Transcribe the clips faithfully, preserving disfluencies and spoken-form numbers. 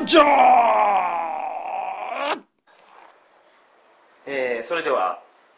ジョー。 えー、それでは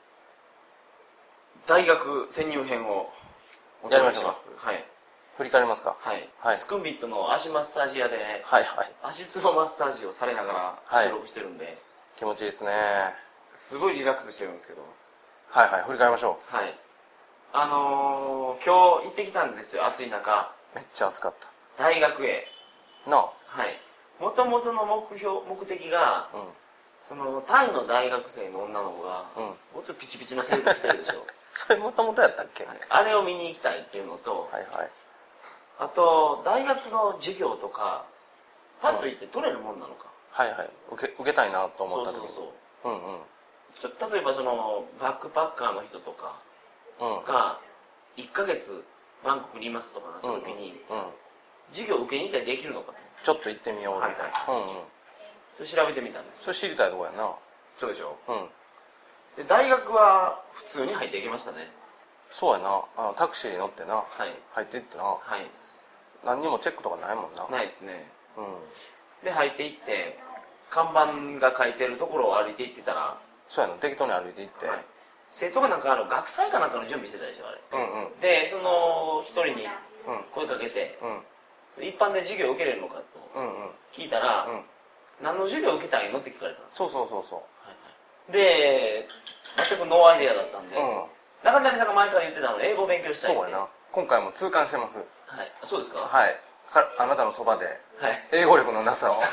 大学潜入編をおやりましょうか。 はい。 振り返りますか。 はい。 はい、 スクンビットの足マッサージ屋で、 はいはい、 足つぼマッサージをされながら収録してるんで、はい、 気持ちいいですね。 すごいリラックスしてるんですけど。 はいはい、振り返りましょう。はい。あのー、今日行ってきたんですよ、暑い中。 めっちゃ暑かった。 大学へ。 なあ。 はい。もともとの目標、目的が、うん、そのタイの大学生の女の子が、うん、ごつピチピチの制服着てるでしょ。 それもともとやったっけ、はい、 あれを見に行きたいっていうのと、 はいはい、 あと大学の授業とかパッと行って取れるもんなのか、 うん、はいはい、受け、受けたいなと思った時に、 そうそうそう、うんうん、ちょ例えばそのバックパッカーの人とかがいっかげつバンコクにいますとかなった時に、うんうん、授業受けに行ったりできるのかと、 ちょっと行ってみようみたいな、はいはい、うんうん、 それ調べてみたんです。 それ知りたいとこやな。 そうでしょ、 うん、 で大学は普通に入っていきましたね。 そうやな、あのタクシーに乗ってな、はい、入っていってな、 はい、 何にもチェックとかないもんな。 ないですね、うん、で入っていって看板が書いてるところを歩いていってたら、そうやな、適当に歩いていって、はい、 生徒がなんかあの学祭かなんかの準備してたでしょあれ、うんうん、でその一人に声かけて、うん、そ一般で授業を受けれるのかと聞いたら、うんうん、何の授業を受けたいのって聞かれたんです。 そうそうそうそう、 はいはい、で全くノーアイデアだったんで、うん、中谷さんが前から言ってたので英語を勉強したいって。 そうやな、今回も痛感してます。 はい、そうですか。 はい、あなたのそばで、はい、英語力のなさを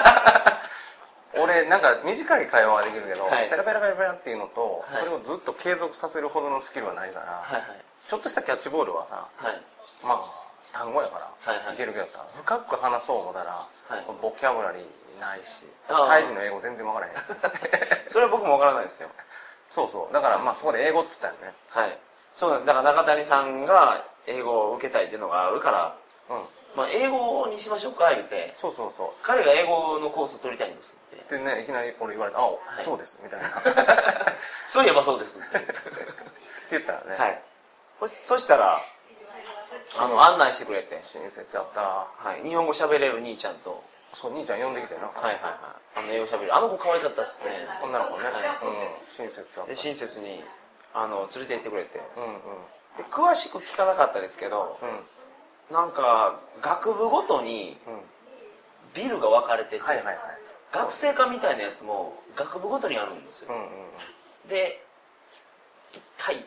俺なんか短い会話はできるけど、はい、ペラペラペラペラっていうのと、はい、それをずっと継続させるほどのスキルはないから、はいはい、ちょっとしたキャッチボールはさ、はい、まあ単語やから、はいはい、いけるけどさ、深く話そう思ったら、はい、ボキャブラリーないし、タイ人の英語全然わからへんしそれは僕もわからないですよ。 そうそう、だからまあそこで英語っつったよね。 はい、そうなんです。だから中谷さんが英語を受けたいっていうのがあるから、うん、まあ英語にしましょうか言って、 そうそうそう、 彼が英語のコース取りたいんですってでね、いきなり俺言われた、あ、はい、そうですみたいなそういえばそうですってって言ったらね、 はい、そ, そしたらあの案内してくれて、 親切やった、 はい、日本語喋れる兄ちゃんと、 そう、兄ちゃん呼んできてな、 はいはいはい、あの英語喋るあの子可愛かったっすね、 女の子ね、はい、うん、親切やった。 で親切にあの連れて行ってくれて、うんうん、で詳しく聞かなかったですけど、うん、なんか学部ごとにビルが分かれてて、はいはいはい、学生課みたいなやつも学部ごとにあるんですよ、うんうんうん、で一体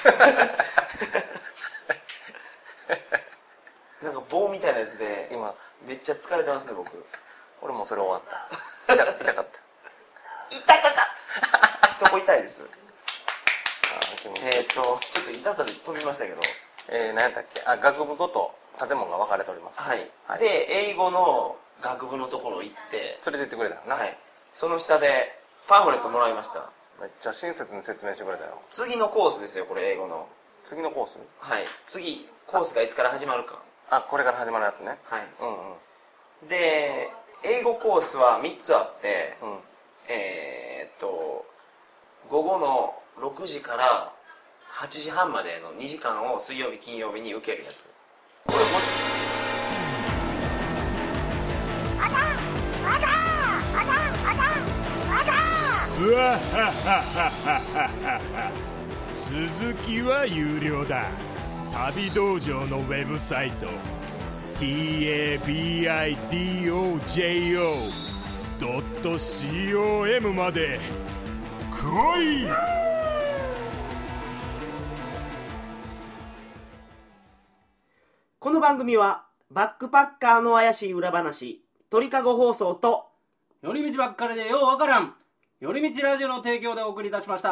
なんか棒みたいなやつで今めっちゃ疲れてますね僕。 俺もそれ終わった痛, 痛かった痛かったそこ痛いです。えっとちょっと痛さで飛びましたけど、 えー、何やったっけ、あ、学部ごと建物が分かれております、 はい、はい、で英語の学部のところ行って連れて行ってくれたよな、 はい、その下でパンフレットもらいました。 めっちゃ親切に説明してくれたよ。 次のコースですよこれ、英語の次のコース、 はい、次コースがいつから始まるか、 あ、これから始まるやつね、 はい、うんうん、で英語コースはみっつあって、うん、えー、っと午後のろくじからはちじはんまでのにじかんを水曜日金曜日に受けるやつ。これもうわはははは。続きは有料だ。旅道場のウェブサイト ティーエービーアイディーオージェイオードットコム まで来い。 この番組はバックパッカーの怪しい裏話、鳥かご放送と寄り道ばっかりでようわからん寄り道ラジオの提供でお送りいたしました。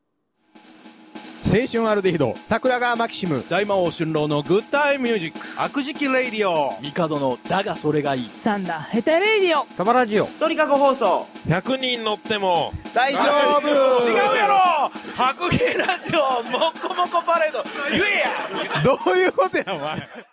青春アルデヒド、桜川マキシム、 大魔王春郎のグッタイミュージック、 悪事記レイディオ、 ミカドのだがそれがいい、 サンダーヘテレイディオ、 サバラジオ、 鳥かご放送、 ひゃくにん乗っても大丈夫違うやろ、白芸ラジオもっこもこパレード言えやどういうことやお前